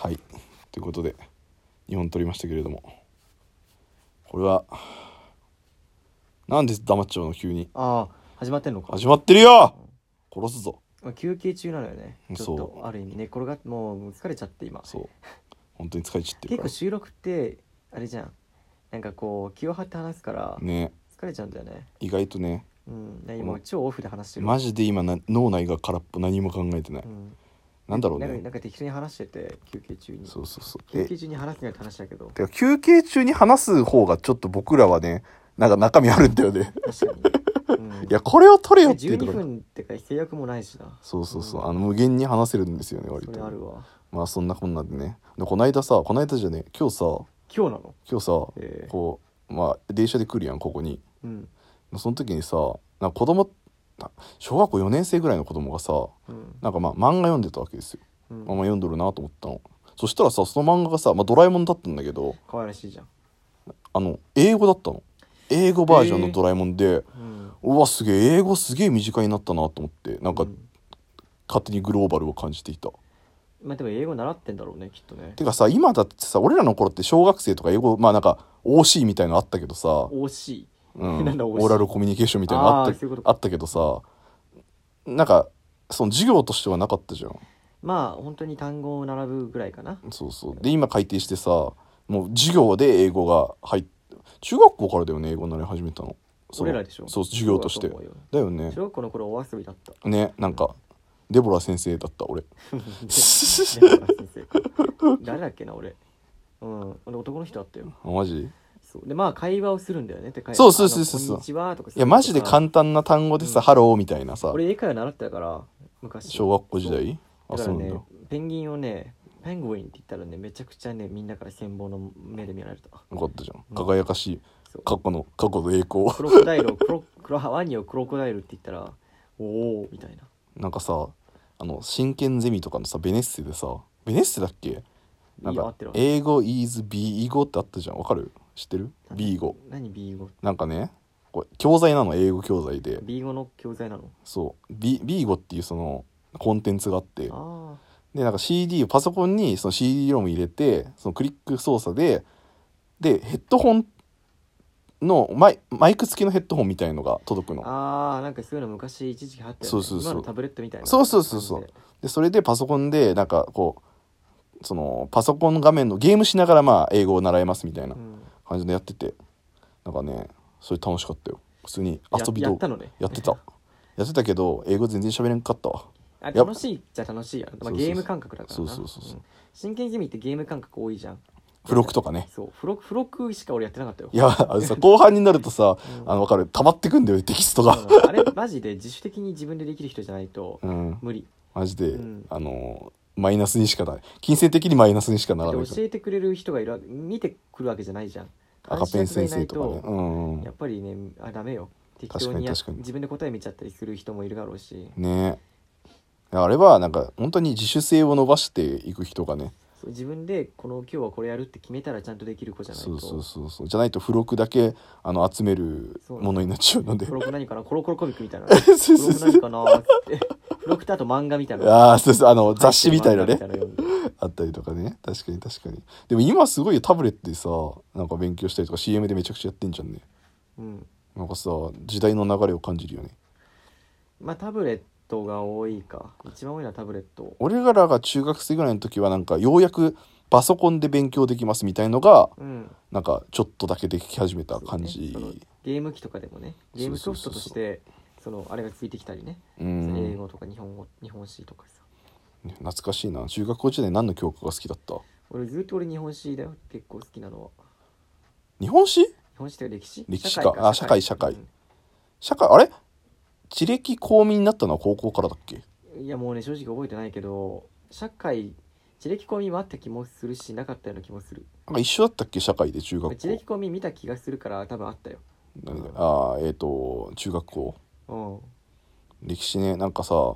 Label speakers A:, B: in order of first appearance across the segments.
A: はいということで2本撮りましたけれども、これはなんで黙っちゃうの急に。
B: ああ始まってんのか。
A: 始まってるよ、殺すぞ。
B: まあ、休憩中なのよね。ちょっ
A: そ
B: とある意味寝転がってもう疲れちゃって今。
A: そう本当に疲れちゃってるから
B: 結構収録ってあれじゃん。なんかこう気を張って話すから
A: ね。
B: 疲れちゃうんだよね。
A: 意外とね。
B: 今超オフで話してる。
A: マジで今脳内が空っぽ、何も考えてない、なんだろうね。
B: なんか適当に話してて休憩中に。
A: そうそうそう
B: 休憩中に話すなって話だけど。
A: てか休憩中に話す方がちょっと僕らはねなんか中身あるんだよね
B: 確かに、
A: いやこれを取れよっていうと
B: 12
A: ころ。
B: 分ってか制約もないしな。
A: そうそうそう、無限に話せるんですよね割と。
B: それあるわ。
A: まあそんなこんなでね。でこの間じゃね今日
B: 今日なの？
A: こうまあ電車で来るやんここに。
B: うん。
A: その時にさなんか小学校4年生ぐらいの子供がさなんかまあ漫画読んでたわけですよ、まあ読んどるなと思ったの。そしたらさその漫画がさ、ドラえもんだったんだけど
B: 可愛らしいじゃん。
A: 英語だったの。英語バージョンのドラえもんで、うわすげえ英語すげえ身近になったなと思ってなんか、勝手にグローバルを感じていた。
B: まあでも英語習ってんだろうねきっとね。
A: てかさ今だってさ俺らの頃って小学生とか英語まあなんか OC みたいのあったけどさ、
B: OC
A: なんだ
B: OC
A: オーラルコミュニケーションみたいなのあったけどさ、なんかその授業としてはなかったじゃん。
B: まあ本当に単語を並ぶぐらいかな。
A: そうそうで今改定してさもう授業で英語が入って中学校からだよね英語習い始めたの。
B: 俺らでしょ。
A: そう授業としてだよね。
B: 小学校の頃お遊びだった
A: ね。なんかデボラ先生だった俺
B: デボラ先生か。誰だっけな俺。男の人だったよ。
A: マジ
B: そうでまあ会話をするんだよねって
A: そう
B: こんにちはとか。
A: いやマジで簡単な単語でさ、ハローみたいなさ。
B: 俺英会話習ってたから昔
A: 小学校時代。
B: だからねペンギンをねペングウィンって言ったらねめちゃくちゃねみんなから羨望の目で見られた。
A: よかったじゃん。輝かしい過去の栄光。
B: クロコダイルをワニをクロコダイルって言ったらおおみたいな。
A: なんかさ真剣ゼミとかのさベネッセでさベネッセだっけなんか英語 is B 語ってあったじゃん。わかる？知ってる？ B 語。
B: 何 B 語？
A: なんかねこれ教材なの。英語教材で
B: B 語の教材なの？
A: そう B 語っていうそのコンテンツがあってでなんか CD をパソコンにその CD ロム入れてそのクリック操作でヘッドホンのマイク付きのヘッドホンみたいのが届くの。
B: なんかそういうの昔一時期あったよね。
A: そう
B: 今のタブレットみたいな。
A: そうでそれでパソコンでなんかこうそのパソコンの画面のゲームしながらまあ英語を習えますみたいな感じでやってて、なんかねそれ楽しかったよ。普通に遊び動画やってたけど英語全然喋れんかったわ。
B: 楽しいっちゃ楽しいやん、ゲーム感覚だからな。そう真剣ゼミってゲーム感覚多いじゃん。
A: 付録とかね。
B: そう付録しか俺やってなかったよ。
A: いやさ後半になるとさ分かる溜まってくんだよテキストが
B: あれマジで自主的に自分でできる人じゃないと無理。
A: マジでマイナスにしかない。金銭的にマイナスにしかならない。
B: 教えてくれる人がいる見てくるわけじゃないじゃん。
A: 赤ペン先生とかね。
B: やっぱりねダメよ。適当に自分で答え見ちゃったりする人もいるだろうし
A: ね。あれはなんか本当に自主性を伸ばしていく人がね。
B: 自分で今日はこれやるって決めたらちゃんとできる子じゃないと。
A: そうじゃないと付録だけ集めるものになっちゃうので。
B: 付録何かなコロコロコミックみたいな。付録何かなって。付録ってあと漫画みたいな。
A: そう雑誌みたいなねあったりとかね。確かにでも今すごいタブレットでさなんか勉強したりとか CM でめちゃくちゃやってんじゃんね。なんかさ時代の流れを感じるよね。
B: まあタブレットが多いか。一番多いのはタブレット。
A: 俺らが中学生ぐらいの時はなんかようやくパソコンで勉強できますみたいのが、なんかちょっとだけでき始めた感じ、
B: ゲーム機とかでもねゲームソフトとしてあれがついてきたりね、英語とか日本史とかさ。
A: 懐かしいな。中学校時代何の教科が好きだった？
B: ずっと日本史だよ結構好きなのは。
A: 日本史って
B: 歴史
A: か。社会あれ地歴公民になったのは高校からだっけ？
B: いやもうね正直覚えてないけど地歴公民もあった気もするしなかったような気もする。
A: なんか一緒だったっけ社会で中学校。
B: 地歴公民見た気がするから多分あったよ。
A: 中学校。歴史ね。なんかさ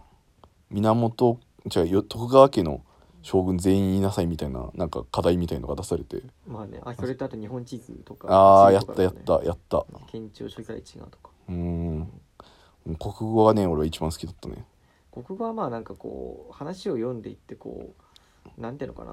A: 徳川家の将軍全員言いなさいみたいななんか課題みたいのが出されて。
B: まあねそれとあと日本地図とか。
A: やった
B: 県庁所在地がとか。
A: 国語がね俺は一番好きだったね。
B: 国語はまあなんか話を読んでいってなんていうのかな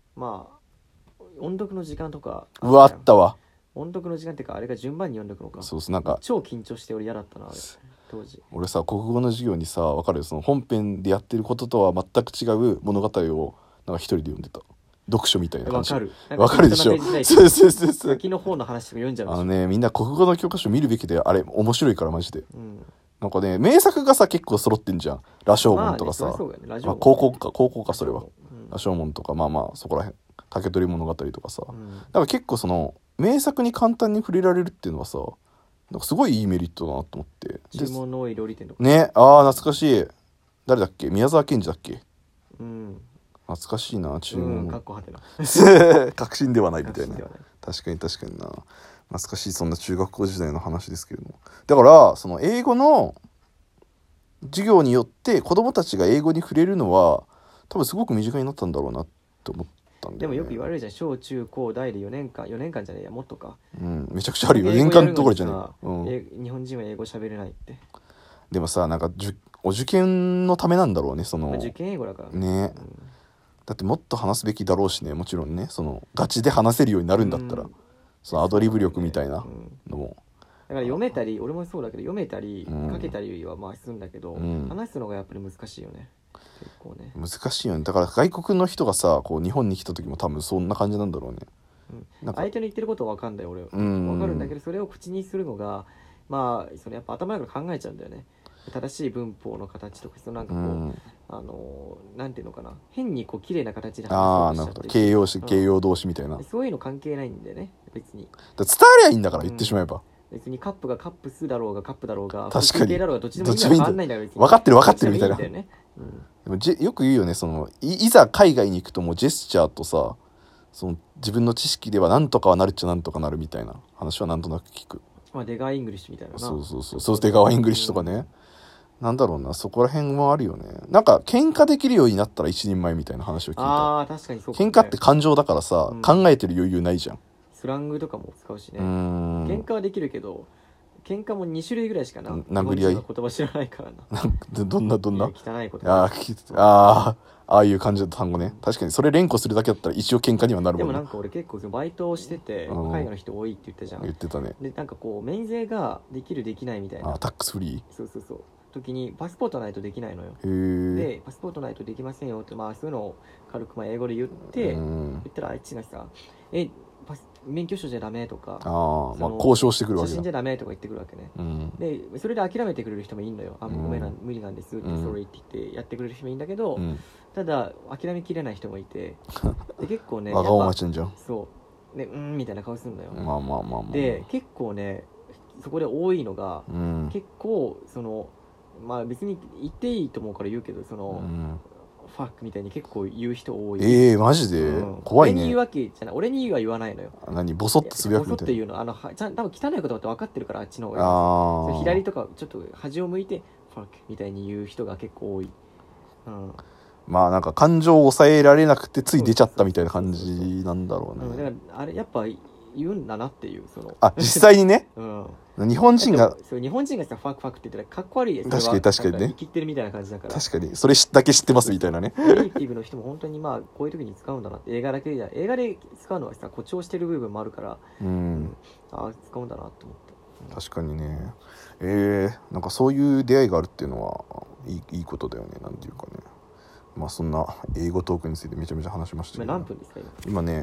B: まあ音読の時間とか
A: うわあったわ。
B: 音読の時間っていうかあれが順番に読んでくのか。
A: そうそう、なんか
B: 超緊張して俺嫌だったなあれ当時。
A: 俺さ国語の授業にさ、分かるよ、その本編でやってることとは全く違う物語をなんか一人で読んでた。読書みたいな感じ。
B: わかる。
A: わかるでしょ。
B: そう
A: そうそうそう。
B: 先の方の話とか読んじゃうでしょ。
A: ね、みんな国語の教科書見るべきで、あれ面白いからマジで。
B: うん。
A: なんかね、名作がさ結構揃ってんじゃん。羅生門とかさ、
B: まあね、そうだよねラジオ
A: まあ、
B: も
A: 高校かそれは。
B: うん
A: 羅生門とか、まあまあそこら辺、竹取物語とかさ、
B: うん
A: だから結構その名作に簡単に触れられるっていうのはさ、なんかすごいいいメリットだなと思って。
B: 注文の多い料理店とか。
A: ね、ああ懐かしい。誰だっけ、宮沢賢治だっけ。
B: うん。
A: 懐かしいな、注
B: うん。
A: 文
B: かっこはてな。
A: 確信ではないみたいな。
B: 確信ではない
A: 確かに確かにな、懐かしい。そんな中学校時代の話ですけれども、だからその英語の授業によって子供たちが英語に触れるのは多分すごく身近になったんだろうなって思ったんだよね。
B: でもよく言われるじゃん、小中高大で4年間じゃねえや、もっとか。
A: うん、めちゃくちゃあるよ。年間どころじゃねえ、うん、
B: 日本人は英語喋れないって。
A: でもさ、なんかお受験のためなんだろうね、その、
B: まあ受験英語だから
A: ね、だってもっと話すべきだろうしね、もちろんね、そのガチで話せるようになるんだったら、そのアドリブ力みたいなのも、
B: だから読めたり、俺もそうだけど読めたり
A: うん
B: 書けたりはまあするんだけど、
A: うん
B: 話すのがやっぱり難しいよね結構ね。
A: 難しいよね。だから外国の人がさこう日本に来た時も多分そんな感じなんだろうね。なんか
B: 相手の言ってることは分かんない俺は
A: うん
B: 分かるんだけど、それを口にするのがまあそのやっぱ頭の中で考えちゃうんだよね。正しい文法の形とか、そのなんかこう、
A: うん
B: なんていうのかな、変にこう綺麗な形で
A: ああ、なるほど。
B: 話そうとしちゃって
A: 形容詞、形容動詞みたいな。だか
B: そういうの関係ないんだよね別に。
A: ら伝わりゃいいんだから、言ってしまえば。
B: 別にカップがカップスだろうがカップだろうが
A: 確かに
B: 系だろうがどっちでも意味は変わんないんだから別に
A: 分かってる分かってるみたいな。
B: どっちでもいいんだよね。
A: でもよく言うよね、そのいざ海外に行くともうジェスチャーとさ、その自分の知識ではなんとかはなるっちゃなんとかなるみたいな話はなんとなく聞く。
B: まあデガーイングリッシュみたいなな。
A: そうそうそう、そうデガワイングリッシュとかね、なんだろうな、そこら辺もあるよね。なんか喧嘩できるようになったら一人前みたいな話を聞いた。
B: ああ確かにそうかもね。
A: 喧嘩って感情だからさ、
B: うん
A: 考えてる余裕ないじゃん。
B: スラングとかも使うしね。
A: 喧
B: 喧嘩はできるけど喧嘩も2種類ぐらいしかな。
A: 殴り合い
B: 日本人は言葉知らないからな。
A: どんなどんな、
B: 汚い言葉。
A: ああいう感じの単語ね。確かにそれ連呼するだけだったら一応喧嘩にはなるもんね。
B: でもなんか俺結構そのバイトをしてて
A: うん
B: 海外の人多いって言ったじゃん。
A: 言ってたね。
B: でなんかこう免税ができるできないみたいな。
A: タックスフリ
B: そうそうそう時にパスポートないとできないのよ。
A: ー。へえ。
B: でパスポートないとできませんよって、まあそういうのを軽くまあ英語で言って言ったらあいつがさ免許証じゃダメとか
A: まあ交渉してくるわけだ
B: 写真じ。ゃダメとか言ってくるわけね。
A: うん
B: でそれで諦めてくれる人もいるのよ。ごめん無理なんですって、
A: うん
B: ソリって言ってやってくれる人もいるんだけど、
A: うん
B: ただ諦めきれない人もいてで結構ね
A: わがままちゃんじゃん。
B: そうねみたいな顔するのよ。
A: まあまあまあまあ。
B: で結構ねそこで多いのが、
A: うん
B: 結構そのまあ別に言っていいと思うから言うけどその、ファックみたいに結構言う人多い。
A: マジで、怖いね。
B: 俺に言うわけじゃない。俺には言わないのよ。
A: 何ボソッとつぶやくみたい
B: ボソッと言うの多分汚い言葉って分かってるからあっちの方
A: な。
B: が
A: ああ。
B: 左とかちょっと端を向いてファックみたいに言う人が結構多い。
A: まあなんか感情を抑えられなくてつい出ちゃったみたいな感じなんだろうね。
B: だからあれやっぱ言うんだなっていうその
A: 実際にね、
B: うん、
A: 日本人が
B: そう日本人がさファックファックって言ったらかっこ悪いです。
A: 確かに確かにね
B: 生きってるみたいな感じだから
A: 確かにそれだけ知ってますみたいなね。
B: ネイティブの人も本当にまあこういう時に使うんだなって映画だけじゃ映画で使うのはさ誇張してる部分もあるから使うんだなって思った。
A: 確かにね。なんかそういう出会いがあるっていうのはいいことだよね。なんていうかね。まあそんな英語トークについてめちゃめちゃ話しましたけど、
B: 何分ですか
A: 今ね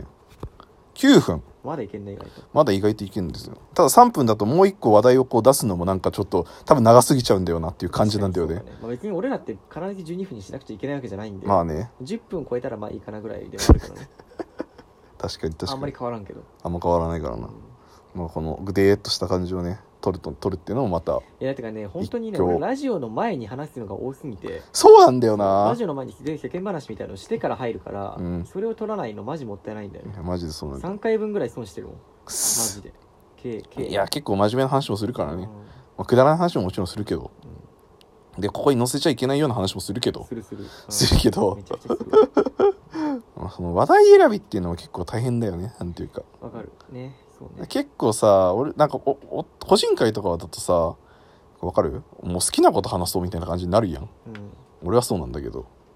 A: 9分。
B: まだいけんね意外と。
A: まだ意外といけるんですよ。ただ3分だともう一個話題をこう出すのもなんかちょっと多分長すぎちゃうんだよなっていう感じなんだよね。
B: まあ、別に俺らって必ず12分にしなくちゃいけないわけじゃないんで、
A: まあね
B: 10分超えたらまあいいかなぐらいでもあるけどね
A: 確かに
B: あんまり変わらんけど。
A: あんま変わらないからな。まあこのグデーっとした感じをね取るっていうのもまた
B: いやてかね本当にね
A: 一興
B: 俺ラジオの前に話すのが多すぎて、
A: そうなんだよな。
B: ラジオの前に世間話みたいなのしてから入るから、
A: うん
B: それを取らないのマジもったいないんだよね。
A: いやマジでそうなんだ。
B: 3回分ぐらい損してるもんマジで。
A: いや結構真面目な話もするからね、
B: うん
A: まあ、くだらない話ももちろんするけど、でここに載せちゃいけないような話もするけど
B: するする、
A: するけど
B: めちゃくちゃする
A: まあその話題選びっていうのは結構大変だよね。なんていうか
B: わかるね。そうね。
A: 結構さ俺なんか個人会とかだとさわかるもう好きなこと話そうみたいな感じになるやん。
B: うん
A: 俺はそうなんだけど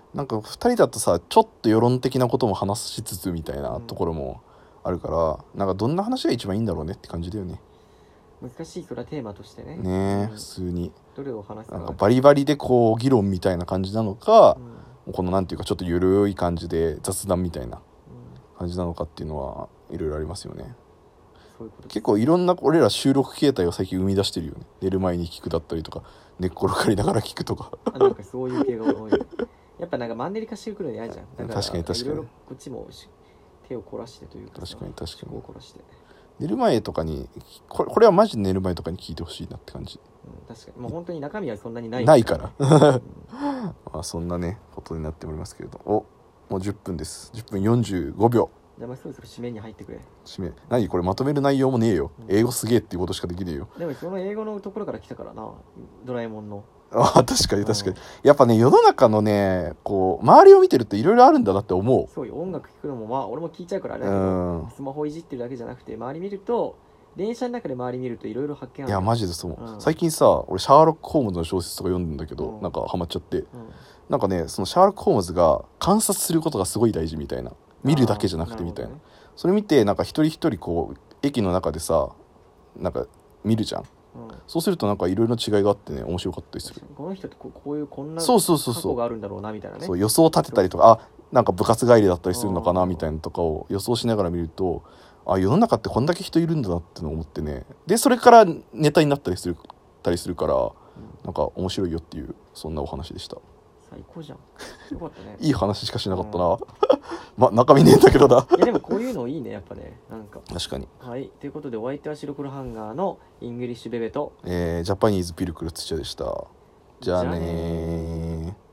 A: なんか2人だとさちょっと世論的なことも話しつつみたいなところもあるから、なんかどんな話が一番いいんだろうねって感じだよね。
B: 難しい、それはテーマとしてね。
A: ねえ、
B: うん
A: 普通に
B: どれを話すか
A: なんかバリバリでこう議論みたいな感じなのか、
B: うん
A: このなんていうかちょっとゆるい感じで雑談みたいな
B: うん
A: 感じなのかっていうのはいろいろありますよね。
B: そういうことです。
A: 結構いろんな俺ら収録形態を最近生み出してるよね。寝る前に聞くだったりとか寝っ転がりながら聞くとか
B: なんかそういう系が多い。やっぱなんかマンネリ化してくるの嫌じゃん。だから
A: 確かに確かに
B: いろいろこっちも手を凝らしてというかさ、
A: 確かに確かに
B: 思考を凝らして、
A: 寝る前とかにこれはマジで寝る前とかに聞いてほしいなって感じ
B: 確かにもう本当に中身はそんなにない
A: ないから
B: うん
A: まあそんなねことになっておりますけれど、もう10分です。10分45秒
B: じゃあまあそろそろ締めに入ってくれ。
A: 締め。何これまとめる内容もねえよ、
B: うん
A: 英語すげえっていうことしかできねえよ。
B: でもその英語のところから来たからな、ドラえもんの。
A: ああ確かに確かに、やっぱね世の中のねこう周りを見てるといろいろあるんだなって思
B: そういう音楽聴くのもまあ俺も聞いちゃうからあれ
A: う。
B: だけ
A: う
B: ど、
A: ん
B: スマホいじってるだけじゃなくて周り見ると、電車の中で周り見るといろいろ発見ある。
A: いやマジでそう、
B: うん
A: 最近さ俺シャーロック・ホームズの小説とか読んでんだけど、
B: うん
A: なんかハマっちゃって、
B: うん
A: なんかねそのシャーロック・ホームズが観察することがすごい大事みたいな、見るだけじゃなくてみたいな、
B: るほどね
A: それ見てなんか一人一人こう駅の中でさなんか見るじゃん。
B: うん
A: そうするとなんかいろいろな違いがあってね面白かったりする。
B: この人ってこういうこんな
A: そう
B: 過
A: そうそうそう
B: 去があるんだろうなみたいなね。
A: そう予想立てたりとか、あなんか部活帰りだったりするのかな
B: うん
A: みたいなのとかを予想しながら見ると、あ世の中ってこんだけ人いるんだなってのを思ってね、でそれからネタになったりするからなんか面白いよっていうそんなお話でした。
B: 最高じゃん。よかったね。
A: いい話しかしなかったな、ま中身ねえんだけどな。
B: いやでもこういうのいいねやっぱね、なんか。
A: 確かに。
B: はいということで、お相手は白黒ハンガーのイングリッシュベベと
A: ジャパニーズピルクル土屋でした。じゃあねー。